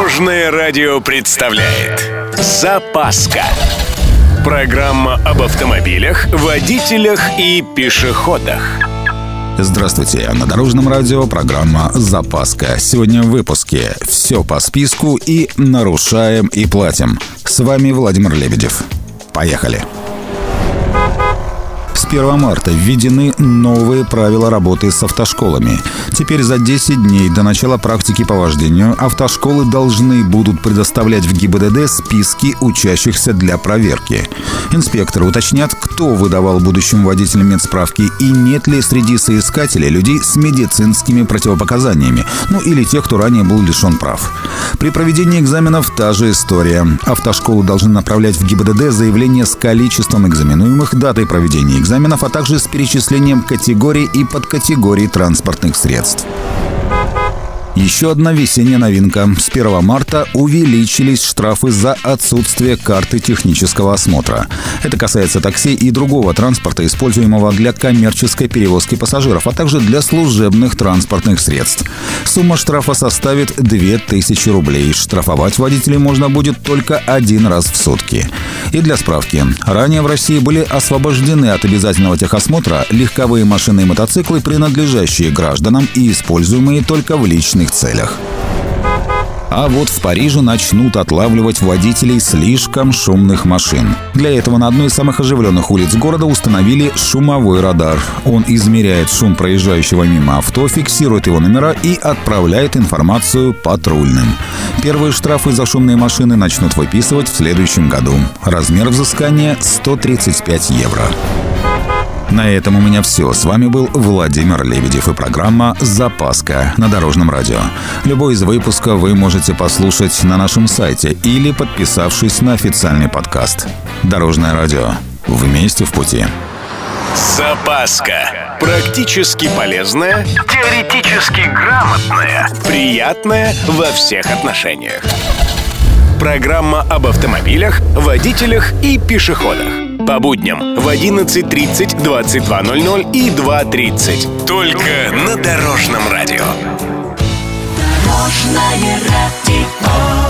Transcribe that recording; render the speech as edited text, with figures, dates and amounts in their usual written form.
Дорожное радио представляет «Запаска». Программа об автомобилях, водителях и пешеходах. Здравствуйте, на Дорожном радио программа «Запаска». Сегодня в выпуске «Все по списку» и «Нарушаем и платим». С вами Владимир Лебедев. Поехали! С 1 марта введены новые правила работы с автошколами. Теперь за 10 дней до начала практики по вождению автошколы должны будут предоставлять в ГИБДД списки учащихся для проверки. Инспекторы уточнят, кто выдавал будущим водителям медсправки и нет ли среди соискателей людей с медицинскими противопоказаниями, или тех, кто ранее был лишен прав. При проведении экзаменов та же история. Автошколы должны направлять в ГИБДД заявление с количеством экзаменуемых, датой проведения экзаменов, а также с перечислением категорий и подкатегорий транспортных средств. Еще одна весенняя новинка. С 1 марта увеличились штрафы за отсутствие карты технического осмотра. Это касается такси и другого транспорта, используемого для коммерческой перевозки пассажиров, а также для служебных транспортных средств. Сумма штрафа составит 2000 рублей. Штрафовать водителей можно будет только один раз в сутки. И для справки. Ранее в России были освобождены от обязательного техосмотра легковые машины и мотоциклы, принадлежащие гражданам и используемые только в личных целях. А вот в Париже начнут отлавливать водителей слишком шумных машин. Для этого на одной из самых оживленных улиц города установили шумовой радар. Он измеряет шум проезжающего мимо авто, фиксирует его номера и отправляет информацию патрульным. Первые штрафы за шумные машины начнут выписывать в следующем году. Размер взыскания – 135 евро. На этом у меня все. С вами был Владимир Лебедев и программа «Запаска» на Дорожном радио. Любой из выпусков вы можете послушать на нашем сайте или подписавшись на официальный подкаст. Дорожное радио. Вместе в пути. «Запаска». Практически полезная, теоретически грамотная, приятная во всех отношениях. Программа об автомобилях, водителях и пешеходах. По будням в 11:30, 22:00 и 2:30. Только на Дорожном радио. Дорожное радио.